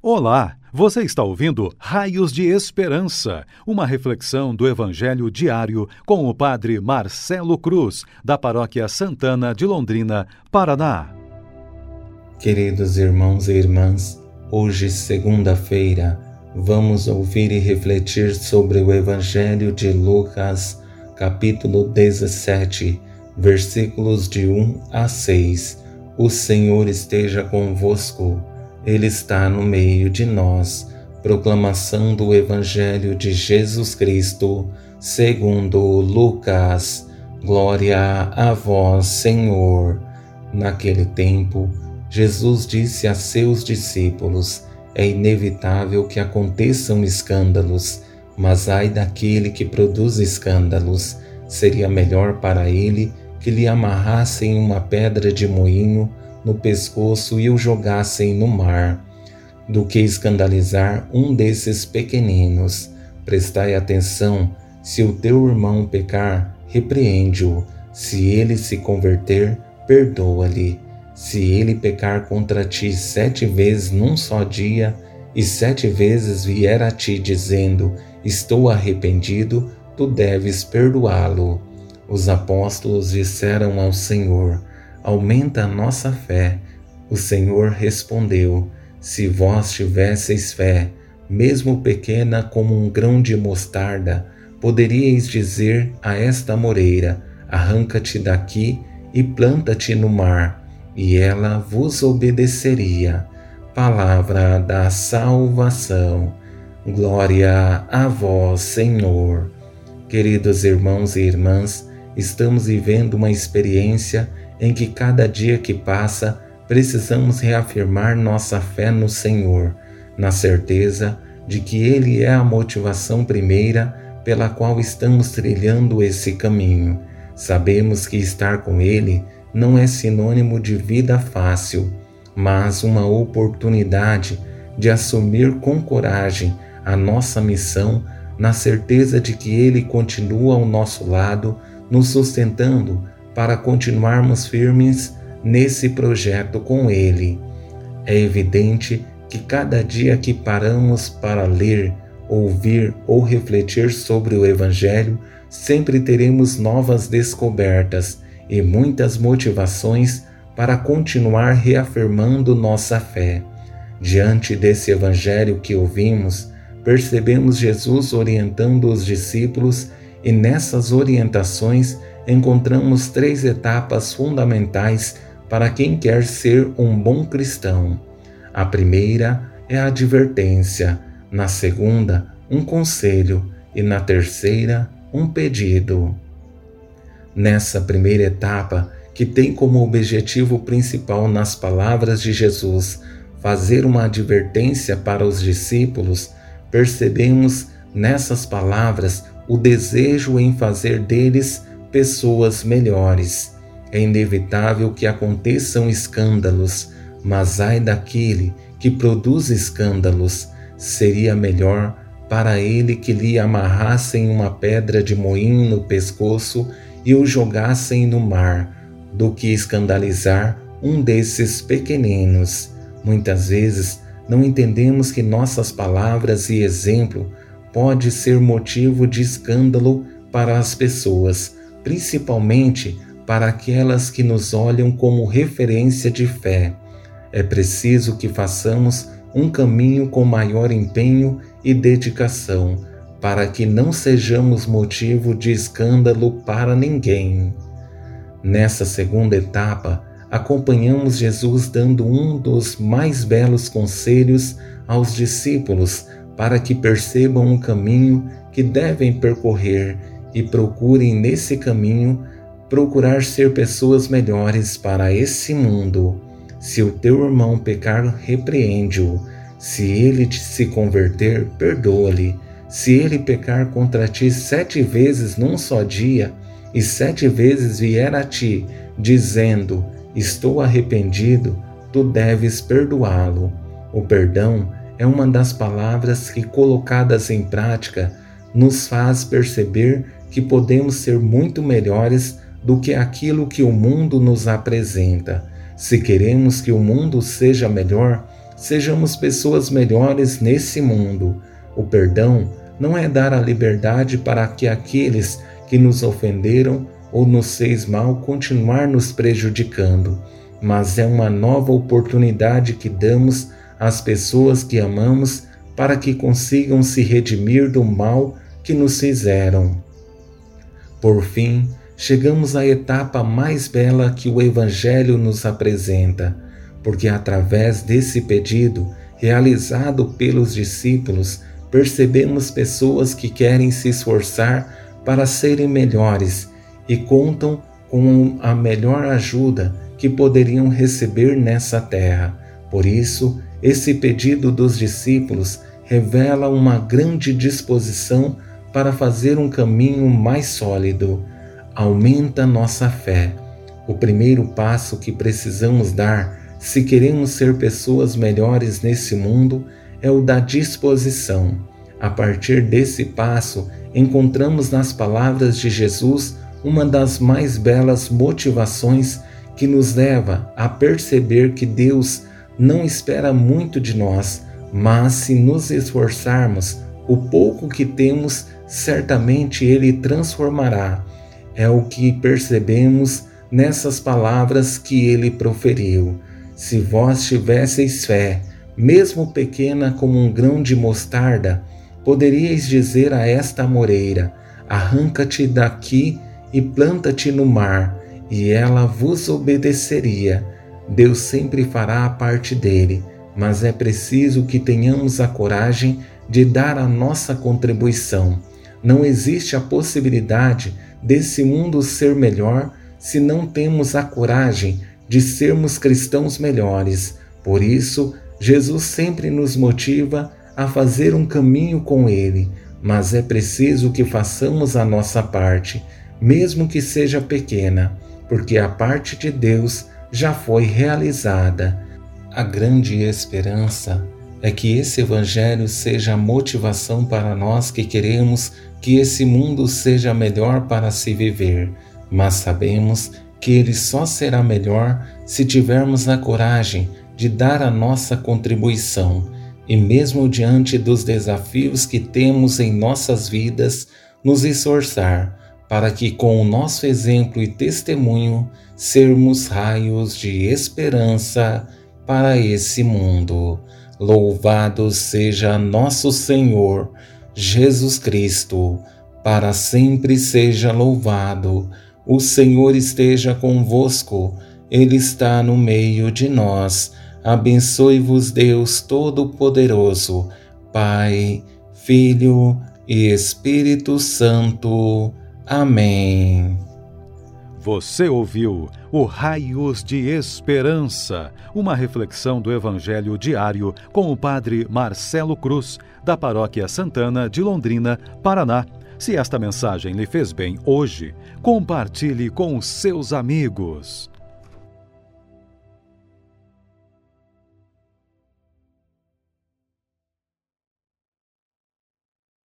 Olá, você está ouvindo Raios de Esperança, uma reflexão do Evangelho diário com o Padre Marcelo Cruz, da Paróquia Santana de Londrina, Paraná. Queridos irmãos e irmãs, hoje, segunda-feira, vamos ouvir e refletir sobre o Evangelho de Lucas, capítulo 17, versículos de 1 a 6. O Senhor esteja convosco. Ele está no meio de nós. Proclamação do Evangelho de Jesus Cristo, segundo Lucas. Glória a vós, Senhor. Naquele tempo, Jesus disse a seus discípulos: é inevitável que aconteçam escândalos, mas ai daquele que produz escândalos. Seria melhor para ele que lhe amarrassem uma pedra de moinho no pescoço e o jogassem no mar, do que escandalizar um desses pequeninos. Prestai atenção: se o teu irmão pecar, repreende-o; se ele se converter, perdoa-lhe. Se ele pecar contra ti 7 vezes num só dia, e 7 vezes vier a ti dizendo: estou arrependido, tu deves perdoá-lo. Os apóstolos disseram ao Senhor: aumenta a nossa fé. O Senhor respondeu: se vós tivesseis fé, mesmo pequena como um grão de mostarda, poderíeis dizer a esta moreira: arranca-te daqui e planta-te no mar, e ela vos obedeceria. Palavra da salvação. Glória a vós, Senhor. Queridos irmãos e irmãs, estamos vivendo uma experiência em que cada dia que passa precisamos reafirmar nossa fé no Senhor, na certeza de que Ele é a motivação primeira pela qual estamos trilhando esse caminho. Sabemos que estar com Ele não é sinônimo de vida fácil, mas uma oportunidade de assumir com coragem a nossa missão, na certeza de que Ele continua ao nosso lado, nos sustentando para continuarmos firmes nesse projeto com Ele. É evidente que cada dia que paramos para ler, ouvir ou refletir sobre o Evangelho, sempre teremos novas descobertas e muitas motivações para continuar reafirmando nossa fé. Diante desse Evangelho que ouvimos, percebemos Jesus orientando os discípulos, e nessas orientações encontramos 3 etapas fundamentais para quem quer ser um bom cristão. A primeira é a advertência, na segunda, um conselho e na terceira, um pedido. Nessa primeira etapa, que tem como objetivo principal nas palavras de Jesus fazer uma advertência para os discípulos, percebemos nessas palavras o desejo em fazer deles pessoas melhores. É inevitável que aconteçam escândalos, mas ai daquele que produz escândalos. Seria melhor para ele que lhe amarrassem uma pedra de moinho no pescoço e o jogassem no mar, do que escandalizar um desses pequeninos. Muitas vezes não entendemos que nossas palavras e exemplo pode ser motivo de escândalo para as pessoas, principalmente para aquelas que nos olham como referência de fé. É preciso que façamos um caminho com maior empenho e dedicação, para que não sejamos motivo de escândalo para ninguém. Nessa segunda etapa, acompanhamos Jesus dando um dos mais belos conselhos aos discípulos para que percebam o caminho que devem percorrer e procurem nesse caminho procurar ser pessoas melhores para esse mundo. Se o teu irmão pecar, repreende-o. Se ele se converter, perdoa-lhe. Se ele pecar contra ti 7 vezes num só dia, e 7 vezes vier a ti, dizendo: estou arrependido, tu deves perdoá-lo. O perdão é uma das palavras que, colocadas em prática, nos faz perceber que podemos ser muito melhores do que aquilo que o mundo nos apresenta. Se queremos que o mundo seja melhor, sejamos pessoas melhores nesse mundo. O perdão não é dar a liberdade para que aqueles que nos ofenderam ou nos fez mal continuar nos prejudicando, mas é uma nova oportunidade que damos às pessoas que amamos para que consigam se redimir do mal que nos fizeram. Por fim, chegamos à etapa mais bela que o Evangelho nos apresenta, porque através desse pedido, realizado pelos discípulos, percebemos pessoas que querem se esforçar para serem melhores e contam com a melhor ajuda que poderiam receber nessa terra. Por isso, esse pedido dos discípulos revela uma grande disposição para fazer um caminho mais sólido. Aumenta nossa fé. O primeiro passo que precisamos dar, se queremos ser pessoas melhores nesse mundo, é o da disposição. A partir desse passo, encontramos nas palavras de Jesus uma das mais belas motivações que nos leva a perceber que Deus não espera muito de nós, mas se nos esforçarmos, o pouco que temos, certamente Ele transformará. É o que percebemos nessas palavras que Ele proferiu. Se vós tivesseis fé, mesmo pequena como um grão de mostarda, poderíeis dizer a esta amoreira: arranca-te daqui e planta-te no mar, e ela vos obedeceria. Deus sempre fará a parte dele, mas é preciso que tenhamos a coragem de dar a nossa contribuição. Não existe a possibilidade desse mundo ser melhor se não temos a coragem de sermos cristãos melhores. Por isso, Jesus sempre nos motiva a fazer um caminho com Ele, mas é preciso que façamos a nossa parte, mesmo que seja pequena, porque a parte de Deus já foi realizada. A grande esperança é que esse Evangelho seja a motivação para nós que queremos que esse mundo seja melhor para se viver, mas sabemos que ele só será melhor se tivermos a coragem de dar a nossa contribuição e, mesmo diante dos desafios que temos em nossas vidas, nos esforçar para que, com o nosso exemplo e testemunho, sermos raios de esperança para esse mundo. Louvado seja nosso Senhor Jesus Cristo, para sempre seja louvado. O Senhor esteja convosco, Ele está no meio de nós. Abençoe-vos Deus Todo-Poderoso, Pai, Filho e Espírito Santo. Amém. Você ouviu o Raios de Esperança, uma reflexão do Evangelho diário com o Padre Marcelo Cruz, da Paróquia Santana de Londrina, Paraná. Se esta mensagem lhe fez bem hoje, compartilhe com os seus amigos.